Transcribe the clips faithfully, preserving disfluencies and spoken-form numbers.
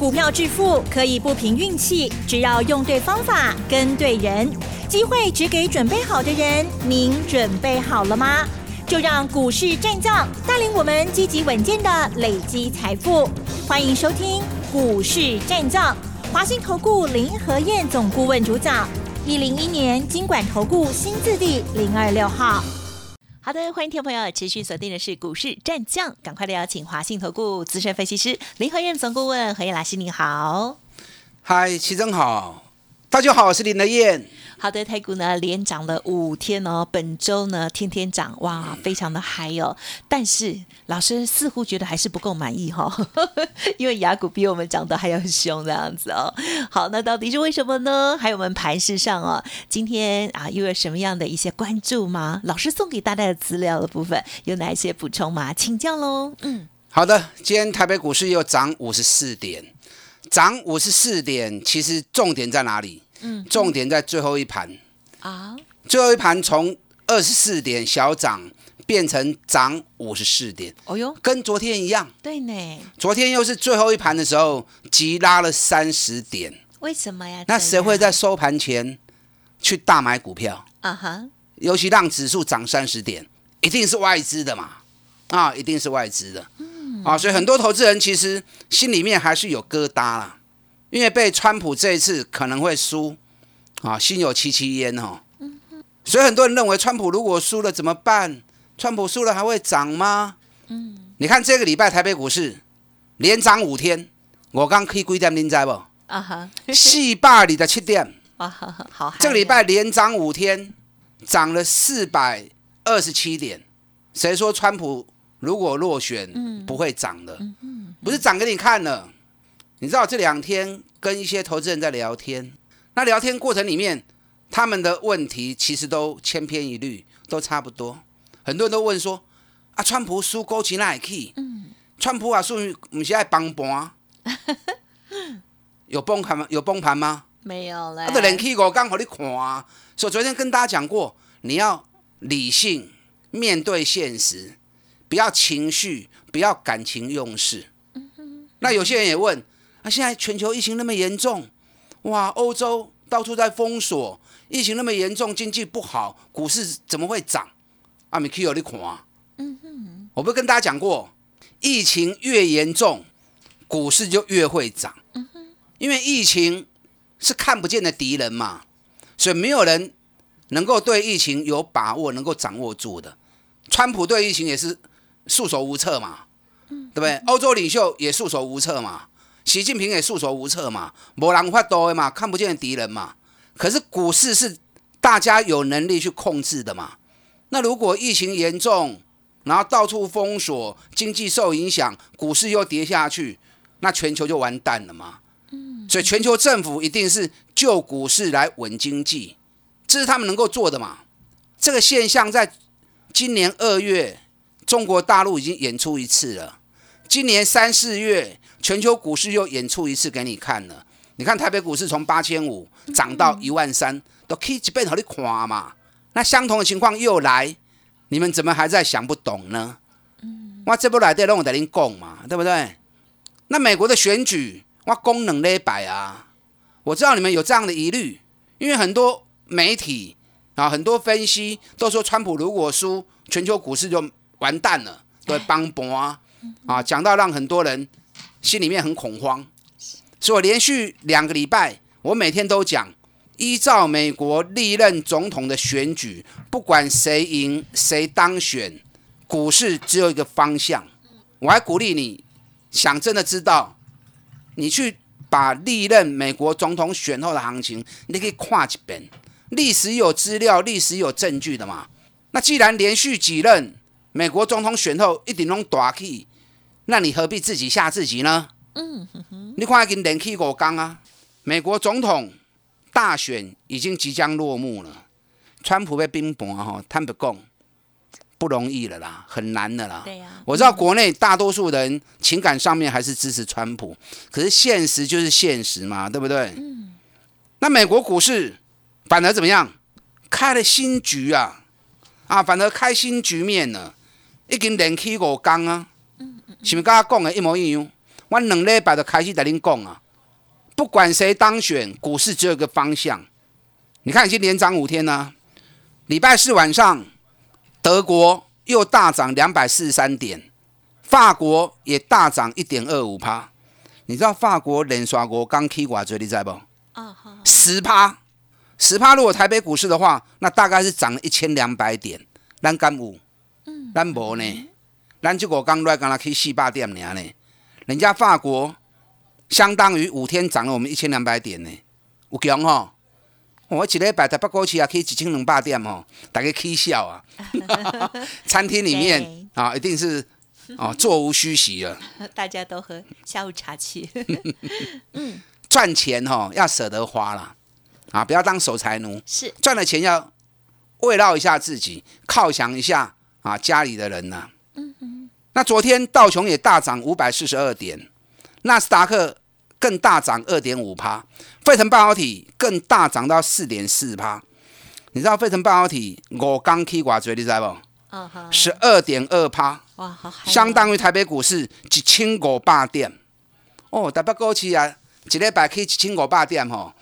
股票致富可以不凭运气，只要用对方法、跟对人，机会只给准备好的人。您准备好了吗？就让股市战将带领我们积极稳健的累积财富。欢迎收听股市战将，华信投顾林和彥总顾问主讲，一零一年金管投顾新字第零二六号。好的，欢迎听众朋友持续锁定的是股市战将，赶快的邀请华信投顾资深分析师林和彥总顾问，和彥老师您好。 嗨，齐真好，大家好，我是林和彥。 好的，台股呢连涨了五天哦，本周呢天天涨，哇，非常的嗨哦。但是老师似乎觉得还是不够满意哈、哦，因为雅股比我们涨得还要凶这样子哦。好，那到底是为什么呢？还有我们盘势上哦，今天啊又有什么样的一些关注吗？老师送给大家的资料的部分有哪一些补充吗？请教喽。嗯， 好的，今天台北股市又涨五十四点，涨五十四点，其实重点在哪里？嗯，重点在最后一盘啊，最后一盘从二十四点小涨变成涨五十四点，哦哟，跟昨天一样。 对呢， 昨天又是最后一盘的时候急拉了三十点， 为什么呀？ 那谁会在收盘前去大买股票啊哈？尤其让指数涨三十点，一定是外资的嘛，啊，一定是外资的，嗯啊，所以很多投资人其实心里面还是有疙瘩啦。因为被川普这一次可能会输，啊，心有戚戚焉哦。所以很多人认为川普如果输了怎么办？川普输了还会涨吗？嗯，你看这个礼拜台北股市连涨五天，我刚开几点？您知不？啊哈，四百二十七点。啊哈，好。这个礼拜连涨五天，涨了四百二十七点。谁说川普如果落选、嗯、不会涨的？嗯嗯、不是涨给你看了。你知道这两天跟一些投资人在聊天，那聊天过程里面，他们的问题其实都千篇一律，都差不多。很多人都问说：“啊，川普输股市哪会去？嗯，川普啊输不是爱崩盘？有崩盘吗？有崩盘吗？ 没有嘞。 他的人气我刚好你看啊。所以昨天跟大家讲过，你要理性面对现实，不要情绪，不要感情用事。那有些人也问。啊，现在全球疫情那么严重，哇，欧洲到处在封锁，疫情那么严重，经济不好，股市怎么会涨？啊，你去有你看啊，嗯哼，我不是跟大家讲过，疫情越严重，股市就越会涨，嗯哼，因为疫情是看不见的敌人嘛，所以没有人能够对疫情有把握，能够掌握住的。川普对疫情也是束手无策嘛，对不对？欧洲领袖也束手无策嘛。习近平也束手无策嘛，没人法度的嘛，看不见的敌人嘛。可是股市是大家有能力去控制的嘛。那如果疫情严重，然后到处封锁，经济受影响，股市又跌下去，那全球就完蛋了嘛。所以全球政府一定是救股市来稳经济，这是他们能够做的嘛。这个现象在今年二月，中国大陆已经演出一次了。今年三四月。全球股市又演出一次给你看了，你看台北股市从八千五涨到一万三，都可以一遍给你看嘛。那相同的情况又来，你们怎么还在想不懂呢？我这不来的让我跟你讲嘛，对不对？那美国的选举，我讲两礼拜啊，我知道你们有这样的疑虑，因为很多媒体啊，很多分析都说川普如果输，全球股市就完蛋了，都会崩盘啊，讲到让很多人。心里面很恐慌，所以我连续两个礼拜，我每天都讲，依照美国历任总统的选举，不管谁赢谁当选，股市只有一个方向。我还鼓励你，想真的知道，你去把历任美国总统选后的行情，你可以看一遍，历史有资料，历史有证据的嘛。那既然连续几任美国总统选后一定都大起。那你何必自己吓自己呢？嗯哼哼，你看已经连续五天啊，美国总统大选已经即将落幕了，川普被冰盘哈，坦白讲不容易了啦，很难的啦。对呀、啊，我知道国内大多数人情感上面还是支持川普，可是现实就是现实嘛，对不对？嗯。那美国股市反而怎么样？开了新局啊，啊，反而开新局面了，已经连续五天啊。是不是跟他讲的一模一样？ 我两礼拜就开始在恁讲啊，不管谁当选，股市只有一个方向。你看已经连涨五天了，礼拜四晚上，德国又大涨两百四十三点，法国也大涨一点二五趴。你知道法国连续五天起多少？你知不？十趴，十趴。如果台北股市的话，那大概是涨了一千两百点。咱敢有？咱无呢。咱这五天来刚才去四百点呢呢。人家法国相当于五天涨了我们一千两百点呢，有强吼！我一礼拜台北股市也去一千两百点吼，大家起笑啊！餐厅里面啊，一定是哦座无虚席了。 大家都喝下午茶去。 嗯，赚钱吼要舍得花啦，啊，不要当守财奴。 是赚了钱要慰劳一下自己，犒赏一下啊家里的人呐、啊。嗯嗯。那昨天道琼也大涨五百四十二点，纳斯达克更大涨 二点五趴，费城半导体更大涨到 四点四趴。你知道费城半导体五天起多少？你知道不？十二点二趴，哇，好嗨！相当于台北股市一千五百点。哦，台北股市啊，一礼拜起一千五百点吼，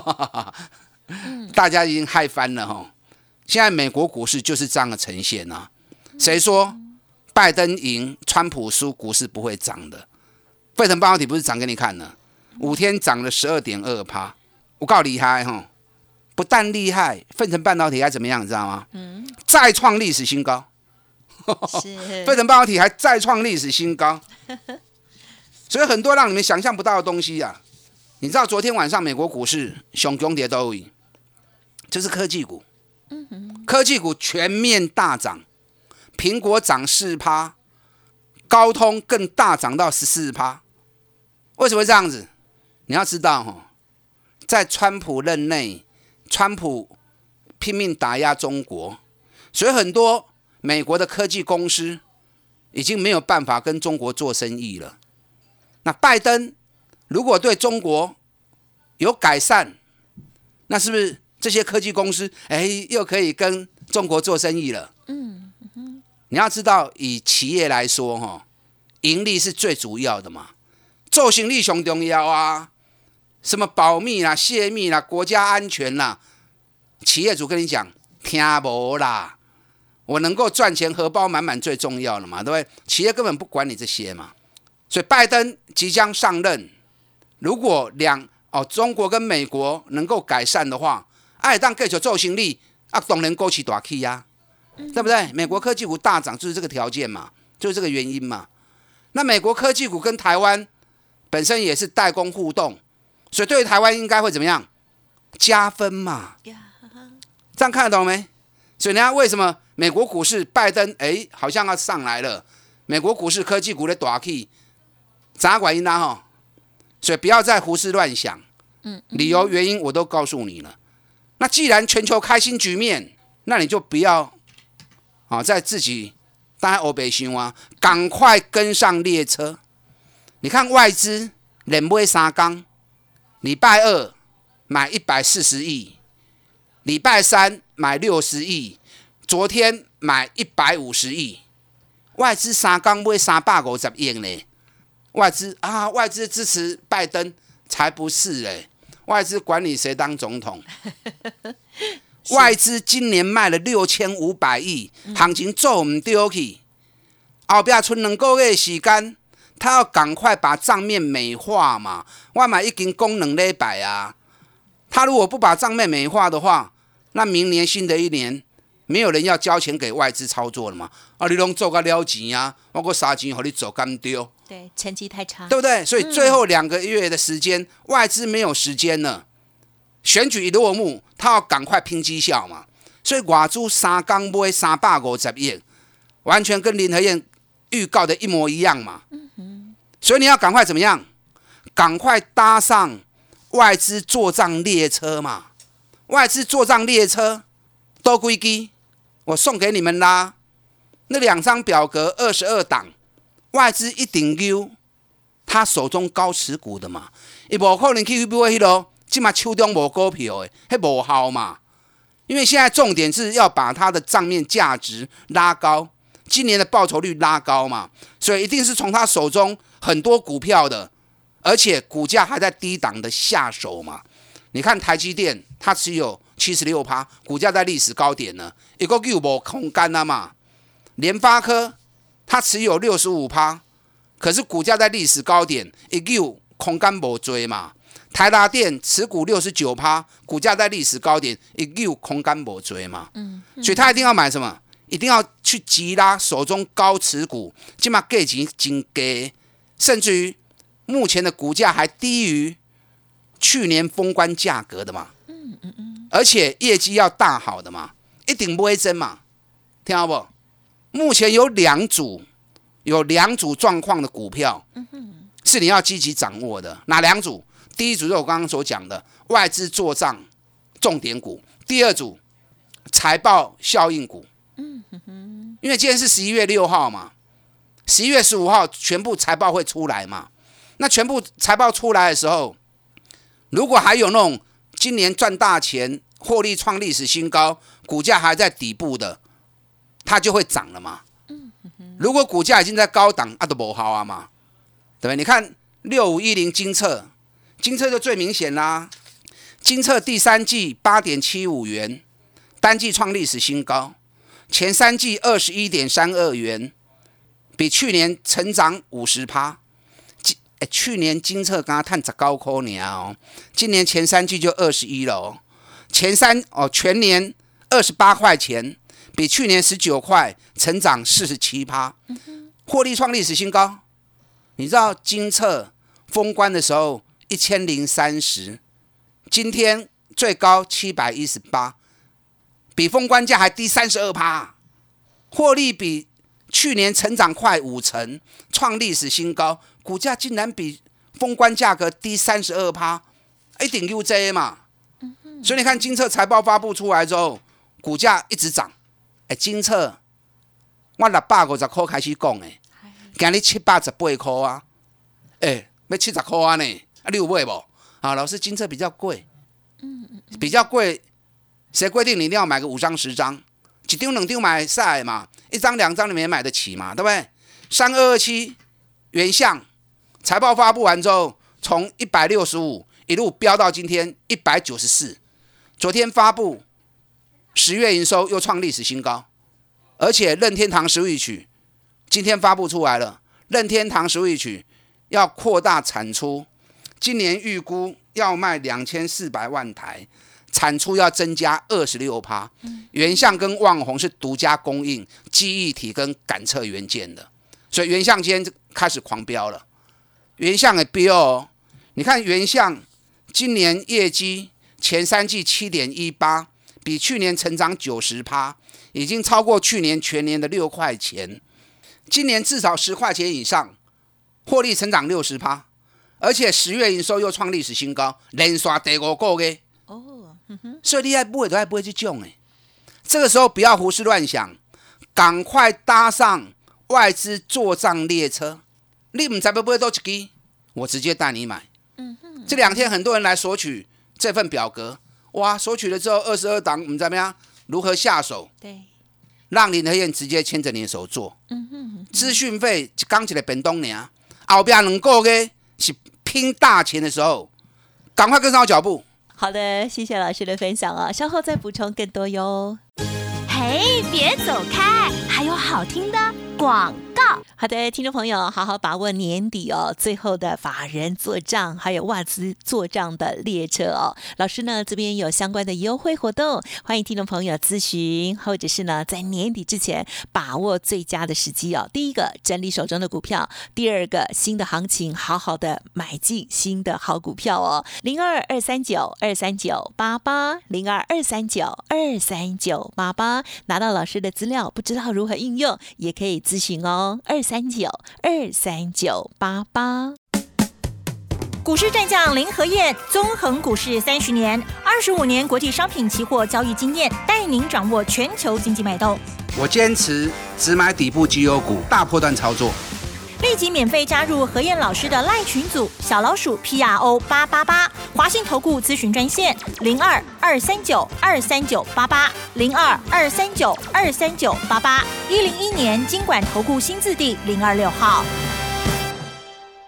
大家已经嗨翻了吼。现在美国股市就是这样的呈现啊。谁说拜登赢，川普输，股市不会涨的？费城半导体不是涨给你看呢，五天涨了 十二点二趴，我告厉害哈！不但厉害，费城半导体还怎么样，你知道吗？嗯，再创历史新高。费城半导体还再创历史新高，所以很多让你们想象不到的东西啊！你知道昨天晚上美国股市上强跌都有，就是科技股，科技股全面大涨。苹果涨四趴，高通更大涨到十四趴。为什么会这样子？你要知道哈，在川普任内，川普拼命打压中国，所以很多美国的科技公司已经没有办法跟中国做生意了。那拜登如果对中国有改善，那是不是这些科技公司哎又可以跟中国做生意了？嗯。你要知道，以企业来说，哈，盈利是最主要的嘛，做生意最重要啊。什么保密啦、泄密啦、国家安全啦，企业主跟你讲，听无啦，我能够赚钱，荷包满满最重要了嘛，对不对？企业根本不管你这些嘛。所以拜登即将上任，如果两哦中国跟美国能够改善的话，爱当继续做生意，啊，当然股市大起呀。对不对？美国科技股大涨就是这个条件嘛，就是这个原因嘛。那美国科技股跟台湾本身也是代工互动，所以对于台湾应该会怎么样？加分嘛。这样看得懂没？所以你看为什么美国股市拜登哎好像要上来了，美国股市科技股的大起，咋管因啦哈？所以不要再胡思乱想，理由原因我都告诉你了。那既然全球开新局面，那你就不要。啊，在自己当然欧北想啊，赶快跟上列车。你看外资连买三天，礼拜二买一百四十亿，礼拜三买六十亿，昨天买一百五十亿，外资三天买三百五十亿呢。外资啊，外资支持拜登，才不是嘞！外资管你谁当总统。外资今年卖了六千五百亿，行情做唔对去，后边剩两个月的时间，他要赶快把账面美化嘛。我嘛已经讲两礼拜啊，他如果不把账面美化的话，那明年新的一年没有人要交钱给外资操作了嘛。啊，你拢做个了钱啊，我个啥钱给你做干丢？ 对，成绩太差， 对不对？所以最后两个月的时间，嗯、外资没有时间了。选举一落幕，他要赶快拼绩效嘛，所以外资三天买三百五十亿，完全跟林和燕预告的一模一样嘛。所以你要赶快怎么样？赶快搭上外资做账列车嘛！外资做账列车都几支，我送给你们啦。那两张表格二十二档，外资一定有他手中高持股的嘛，伊无可能去买迄落。现在手中没股票的，那无效嘛？因为现在重点是要把它的账面价值拉高，今年的报酬率拉高嘛，所以一定是从他手中很多股票的，而且股价还在低档的下手嘛。你看台积电，它持有 百分之七十六， 股价在历史高点呢，一个又没空干了嘛。联发科它持有 百分之六十五， 可是股价在历史高点，一个空干没追嘛。台达电持股 百分之六十九， 股价在历史高点，一个空干没追嘛。嗯嗯、所以他一定要买什么？一定要去急拉手中高持股，起码价钱真低，甚至于目前的股价还低于去年封关价格的嘛。嗯嗯嗯、而且业绩要大好的嘛，一定不会增嘛。听到不？目前有两组有两组状况的股票，是你要积极掌握的。哪两组？第一组就是我刚刚所讲的外资做账重点股，第二组财报效应股。因为今天是十一月六号嘛，十一月十五号全部财报会出来嘛。那全部财报出来的时候，如果还有那种今年赚大钱、获利创历史新高、股价还在底部的，它就会涨了嘛。如果股价已经在高档，啊都不好啊嘛，对不对？你看六五一零精测，精测就最明显啦。精测第三季 八点七五元，单季创历史新高。前三季 二十一点三二元，比去年成长 百分之五十。去年精测刚刚探十九块而已哦，今年前三季就二十一了哦。前三哦全年二十八块钱，比去年十九块成长 百分之四十七， 获利创历史新高。你知道精测封关的时候一千零三十，今天最高七百一十八。比封关价还低 百分之三十二， 获利比去年成长快五成，创历史新高，股价竟然比封关价格低 百分之三十二， 一定有这嘛。所以你看精测财报发布出来之后，股价一直涨。哎，精测我六百五十块开始讲的，今日七百十八块啊，哎，要七十块啊呢，啊你有买不？啊，老师精测比较贵，比较贵。谁规定你一定要买个五张十张？一张两张买晒嘛，一张两张你们也买得起嘛，对不对？三二二七原相财报发布完之后，从一百六十五一路飙到今天一百九十四，昨天发布十月营收又创历史新高，而且任天堂 Switch 今天发布出来了，任天堂 Switch 要扩大产出，今年预估要卖两千四百万台。产出要增加 百分之二十六， 原相跟旺宏是独家供应记忆体跟感测元件的，所以原相今天开始狂飙了。原相的飙哦，你看原相今年业绩前三季 七点一八， 比去年成长 百分之九十， 已经超过去年全年的六块钱，今年至少十块钱以上，获利成长 百分之六十， 而且十月营收又创历史新高，连续第五个月。所以你爱买就爱买这种的，这个时候不要胡思乱想，赶快搭上外资做账列车。你不知道要买多一支，我直接带你买。这两天很多人来索取这份表格，哇，索取了之后二十二档，我们怎么样？如何下手？对，让林和燕直接牵着你的手做。资讯费刚起来本东年，后边两个月是拼大钱的时候，赶快跟上我脚步。 好的，谢谢老师的分享啊，稍后再补充更多哟。嘿，别走开，还有好听的广告。好的，听众朋友，好好把握年底哦，最后的法人做账还有外资做账的列车哦。老师呢这边有相关的优惠活动，欢迎听众朋友咨询，或者是呢在年底之前把握最佳的时机哦。第一个，整理手中的股票；第二个，新的行情，好好的买进新的好股票哦。零二二三九二三九八八，零二二三九二三九八八，拿到老师的资料，不知道如何应用，也可以咨询哦。二三九二三九八八。股市战将林和燕，纵横股市三十年，二十五年国际商品期货交易经验，带您掌握全球经济脉动。 我坚持只买底部绩优股，大波段操作。 立即免费加入和燕老师的赖群组，小老鼠 P R O 八八八，华信投顾咨询专线零二二三九二三九八八零二二三九二三九八八，一零一年金管投顾新字第零二六号。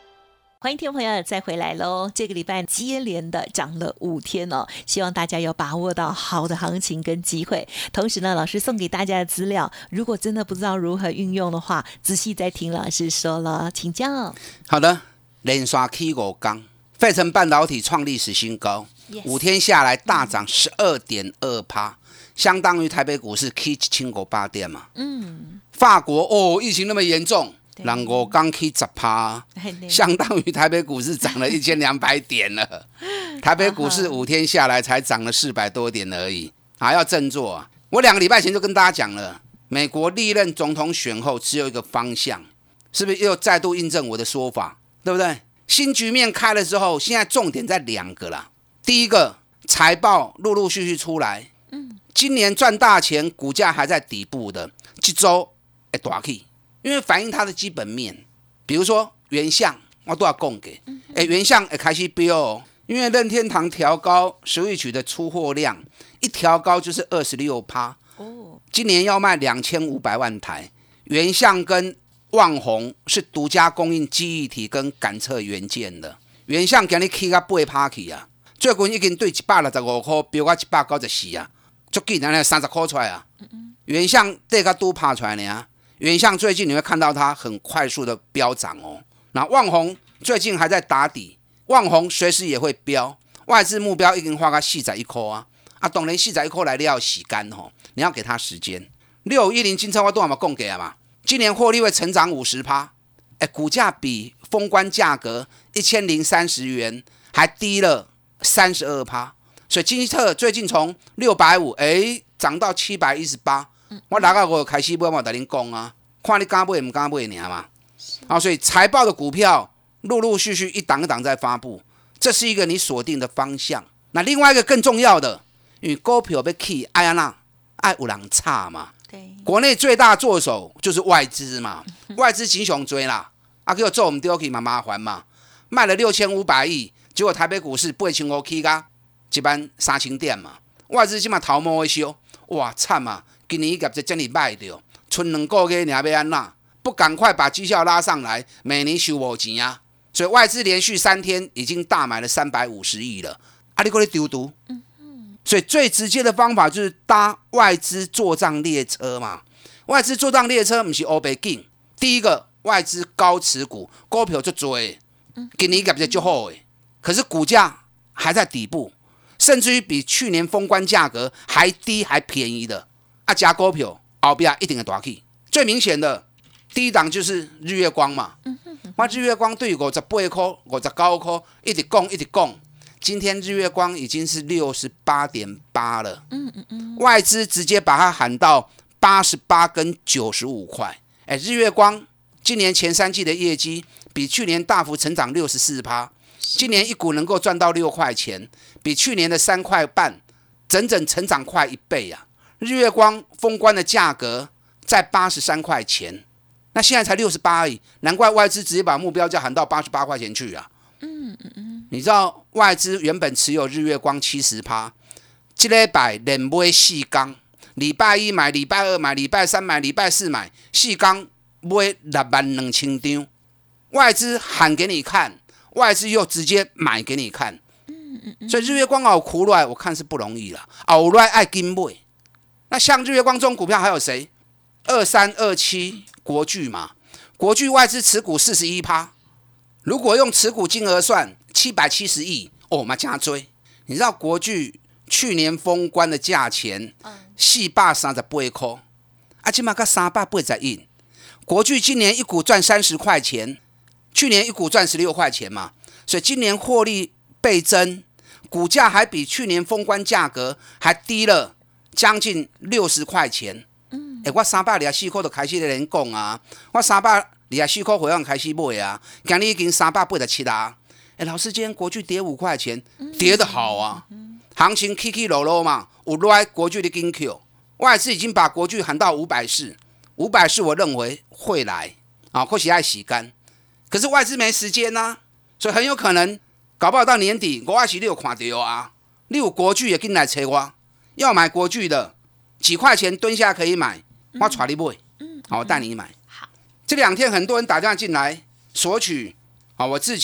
欢迎听众朋友再回来喽！这个礼拜接连的涨了五天哦，希望大家要把握到好的行情跟机会。同时呢，老师送给大家的资料，如果真的不知道如何运用的话，仔细再听老师说了，请教。 好的，连刷 K 五钢，费城半导体创历史新高， yes. 五天下来大涨十二点二趴，相当于台北股市 K 一千五百点嘛。嗯，法国哦，疫情那么严重。让我刚起十趴，相当于台北股市涨了一千两百点了。台北股市五天下来才涨了四百多点而已，还要振作啊！我两个礼拜前就跟大家讲了，美国历任总统选后只有一个方向，是不是又再度印证我的说法？对不对？新局面开了之后，现在重点在两个啦。第一个，财报陆陆续续出来，今年赚大钱，股价还在底部的，这周会大起。因为反映它的基本面，比如说原相，我都要供给，哎，原相也开始飙哦。因为任天堂调高 Switch 的出货量，一调高就是 百分之二十六 哦。今年要卖两千五百万台，原相跟旺宏是独家供应记忆体跟感测元件的。原相今日起到八趴去啊，最近已经对一百六十五块飙到一百九十四啊，足紧然后三十块出来啊。原相这个都爬出来呢。原相最近你会看到它很快速的飙涨哦。那旺宏最近还在打底，旺宏随时也会飙。外资目标已经画到四十一块啊，啊，当然四十一块来你要洗干哦，你要给它时间。六五一零金超我都还没供给啊嘛，今年获利会成长 百分之五十， 哎，股价比封关价格一千零三十元还低了 百分之三十二， 所以金特最近从六百五十哎涨到七百一十八。我六月五开始买，我跟你讲啊，看你敢买不敢买而已嘛。啊，所以财报的股票陆陆续续一档一档在发布，这是一个你锁定的方向。那另外一个更重要的，因为股票要起，哎呀那爱有人差嘛。对，国内最大作手就是外资嘛，外资钱上多啦，啊，叫做我们丢去嘛麻烦嘛，卖了六千五百亿，结果台北股市八千五起噶，一万三千点嘛，外资今嘛头毛会烧，哇惨嘛！今年业绩这么歹掉，剩两个月你还要安怎？不赶快把绩效拉上来，每年收无钱啊！所以外资连续三天已经大买了三百五十亿了，啊，你过来丢毒？所以最直接的方法就是搭外资作账列车嘛。外资作账列车不是黑白紧，第一个外资高持股，股票就多的，今年业绩就好的，可是股价还在底部，甚至于比去年封关价格还低还便宜的。啊，加股票后边一定会大起。最明显的第一档就是日月光嘛。我日月光对五十八块、五十九块一直讲一直讲，今天日月光已经是六十八点八了。外资直接把它喊到八十八跟九十五块。哎，日月光今年前三季的业绩比去年大幅成长六十四趴，今年一股能够赚到六块钱，比去年的三块半整整成长快一倍啊！日月光封关的价格在八十三块钱，那现在才六十八而已，难怪外资直接把目标价喊到八十八块钱去啊！嗯嗯嗯，你知道外资原本持有日月光 百分之七十， 这礼拜连买四天，礼拜一买，礼拜二买，礼拜三买，礼拜四买，四天买六万两千张，外资喊给你看，外资又直接买给你看，所以日月光熬苦来，我看是不容易了，熬来爱跟买。那像日月光这种股票还有谁？二三二七国巨嘛，国巨外资持股 百分之四十一， 如果用持股金额算七百七十亿，哦，嘛加追。你知道国巨去年封关的价钱四百三十八块，啊，今嘛个三百八十亿。国巨今年一股赚三十块钱，去年一股赚十六块钱嘛，所以今年获利倍增，股价还比去年封关价格还低了将近六十块钱。嗯，欸、我三百二十四块就开始在讲啊，我三百二十四块回往开始买啊，今日已经三百八十七啦。哎、欸，老师，今天国巨跌五块钱，跌得好啊，行情起起落落嘛，有来国巨的跟 Q， 外资已经把国巨喊到五百四，五百四我认为会来啊，或许爱洗干，可是外资没时间啊，所以很有可能搞不好到年底五百四你有看到啊，你有国巨也跟来找我，要买国巨的几块钱蹲下可以买，我带你买，好，我带你买。好，这两天很多人打电话进来索取，好，我自己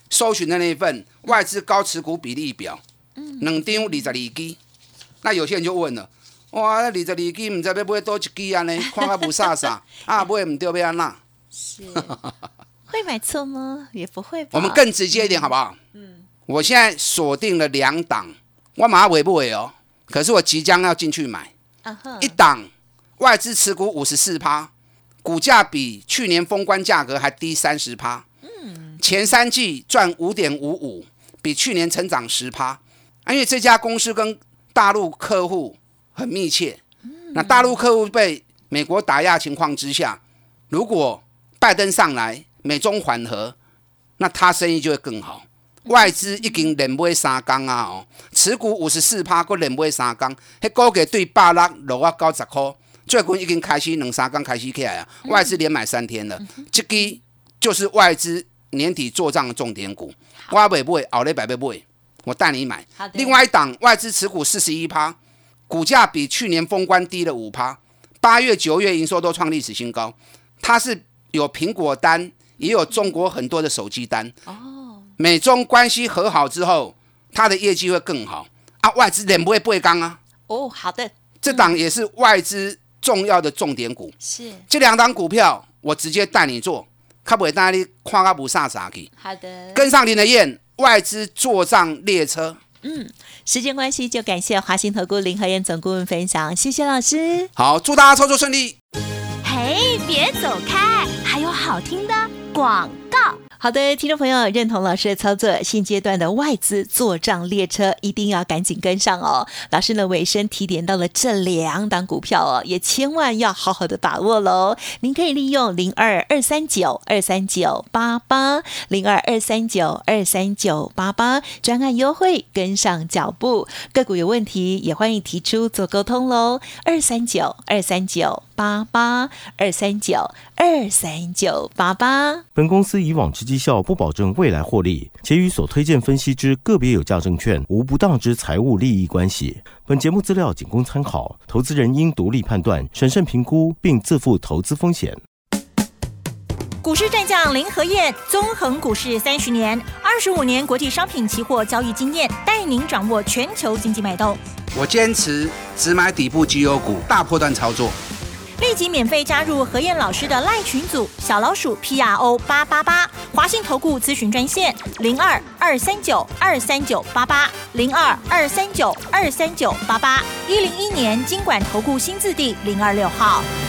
搜寻的那一份外资高持股比例表，两张二十二支。那有些人就问了，哇，二十二支唔知要买多一支安尼，看甲无啥啥，啊买唔对要安那？ 是会买错吗？也不会吧。 我们更直接一点好不好？嗯，我现在锁定了两档，我马上尾不尾哦？可是我即将要进去买，啊、一档外资持股五十四趴，股价比去年封关价格还低三十趴。嗯，前三季赚五点五五，比去年成长十趴。因为这家公司跟大陆客户很密切，嗯、那大陆客户被美国打压情况之下，如果拜登上来，美中缓和，那他生意就会更好。外资已经连买三天啊哦，持股五十四趴，佮连买三天，迄股价对百六落啊九十块，最近已经开始两三天开始起来啊，外资连买三天了，这支就是外资年底做账的重点股。我袂买，后礼拜要买，我带你买。另外一档外资持股四十一趴，股价比去年封关低了五趴，八月、九月营收都创历史新高。它是有苹果单，也有中国很多的手机单。哦。美中关系和好之后，它的业绩会更好啊！外资连不会背缸啊？ 哦，好的， 这档也是外资重要的重点股。 是这两档股票，我直接带你做，较不会带你看个不啥啥去。 好的， 跟上林德燕，外资做账列车。 嗯，时间关系，就感谢华信投顾林和燕总顾问分享，谢谢老师。 好，祝大家操作顺利。 嘿，别走开，还有好听的广告。好的，听众朋友，认同老师的操作，现阶段的外资做账列车一定要赶紧跟上哦。老师呢尾声提点到了这两档股票哦，也千万要好好的把握喽。您可以利用零二二三九二三九八八零二二三九二三九八八专案优惠跟上脚步，个股有问题也欢迎提出做沟通喽。二三九二三九八八二三九二三九八八。 本公司以往之绩效不保证未来获利，且与所推荐分析之个别有价证券无不当之财务利益关系。本节目资料仅供参考，投资人应独立判断、审慎评估，并自负投资风险。 股市战将林和燕，纵横股市三十年，二十五年国际商品期货交易经验，带您掌握全球经济脉动。 我坚持只买底部绩优股，大波段操作。 立即免费加入何燕老师的赖群组，小老鼠 P R O 八八八，华信投顾咨询专线零二二三九二三九八八零二二三九二三九八八，一零一年金管投顾新字第零二六号。